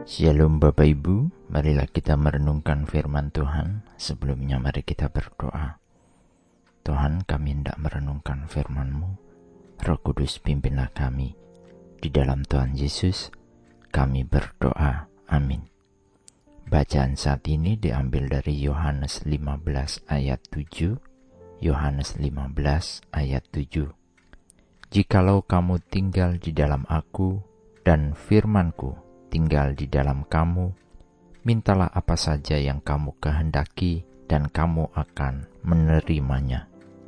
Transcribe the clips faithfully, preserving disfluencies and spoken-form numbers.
Shalom Bapak Ibu, marilah kita merenungkan firman Tuhan. Sebelumnya mari kita berdoa. Tuhan, kami hendak merenungkan firman-Mu. Roh Kudus, pimpinlah kami. Di dalam Tuhan Yesus, kami berdoa. Amin. Bacaan saat ini diambil dari Yohanes lima belas ayat tujuh. Yohanes lima belas ayat tujuh. Jikalau kamu tinggal di dalam aku, dan firman-Ku tinggal di dalam kamu, mintalah apa saja yang kamu kehendaki, dan kamu akan menerimanya.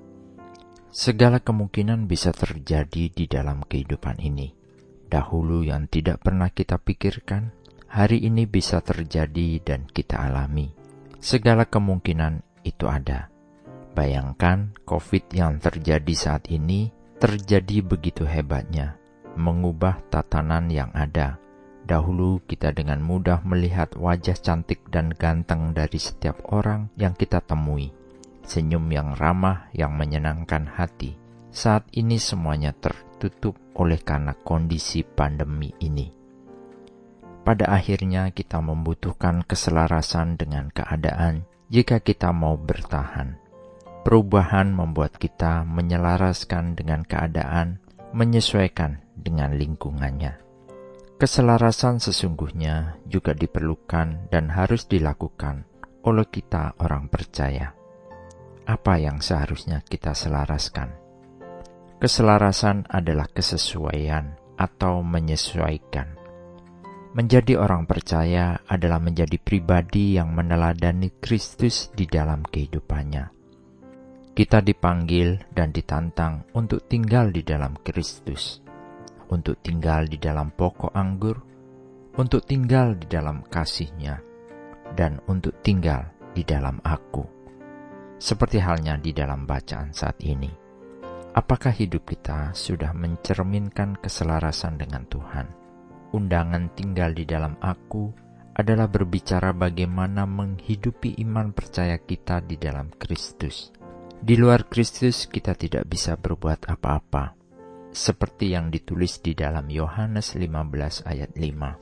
Segala kemungkinan bisa terjadi di dalam kehidupan ini. Dahulu yang tidak pernah kita pikirkan, hari ini bisa terjadi dan kita alami. Segala kemungkinan itu ada. Bayangkan COVID yang terjadi saat ini terjadi begitu hebatnya, mengubah tatanan yang ada. Dahulu kita dengan mudah melihat wajah cantik dan ganteng dari setiap orang yang kita temui. Senyum yang ramah yang menyenangkan hati. Saat ini semuanya tertutup oleh karena kondisi pandemi ini. Pada akhirnya kita membutuhkan keselarasan dengan keadaan jika kita mau bertahan. Perubahan membuat kita menyelaraskan dengan keadaan, menyesuaikan dengan lingkungannya. Keselarasan sesungguhnya juga diperlukan dan harus dilakukan oleh kita orang percaya. Apa yang seharusnya kita selaraskan? Keselarasan adalah kesesuaian atau menyesuaikan. Menjadi orang percaya adalah menjadi pribadi yang meneladani Kristus di dalam kehidupannya. Kita dipanggil dan ditantang untuk tinggal di dalam Kristus, untuk tinggal di dalam pokok anggur, untuk tinggal di dalam kasih-Nya, dan untuk tinggal di dalam aku. Seperti halnya di dalam bacaan saat ini. Apakah hidup kita sudah mencerminkan keselarasan dengan Tuhan? Undangan tinggal di dalam aku adalah berbicara bagaimana menghidupi iman percaya kita di dalam Kristus. Di luar Kristus kita tidak bisa berbuat apa-apa. Seperti yang ditulis di dalam Yohanes lima belas ayat lima.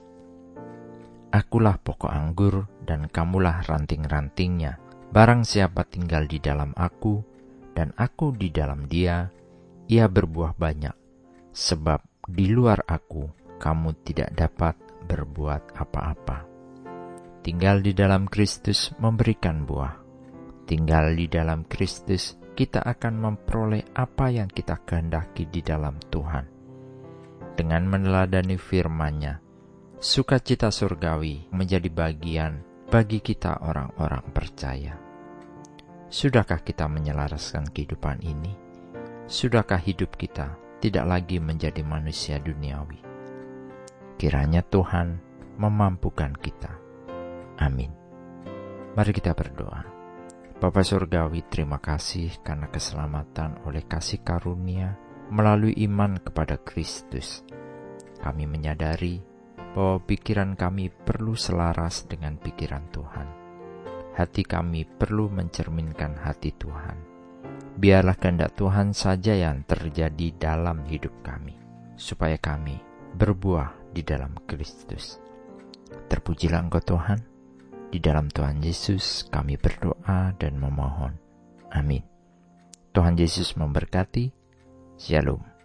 Akulah pokok anggur dan kamulah ranting-rantingnya. Barang siapa tinggal di dalam aku dan aku di dalam dia, ia berbuah banyak. Sebab di luar aku kamu tidak dapat berbuat apa-apa. Tinggal di dalam Kristus memberikan buah. Tinggal di dalam Kristus kita akan memperoleh apa yang kita kehendaki di dalam Tuhan. Dengan meneladani firman-Nya, sukacita surgawi menjadi bagian bagi kita orang-orang percaya. Sudahkah kita menyelaraskan kehidupan ini? Sudahkah hidup kita tidak lagi menjadi manusia duniawi? Kiranya Tuhan memampukan kita. Amin. Mari kita berdoa. Bapa Surgawi, terima kasih karena keselamatan oleh kasih karunia melalui iman kepada Kristus. Kami menyadari bahwa pikiran kami perlu selaras dengan pikiran Tuhan. Hati kami perlu mencerminkan hati Tuhan. Biarlah kehendak Tuhan saja yang terjadi dalam hidup kami, supaya kami berbuah di dalam Kristus. Terpujilah Engkau Tuhan. Di dalam Tuhan Yesus kami berdoa dan memohon. Amin. Tuhan Yesus memberkati. Shalom.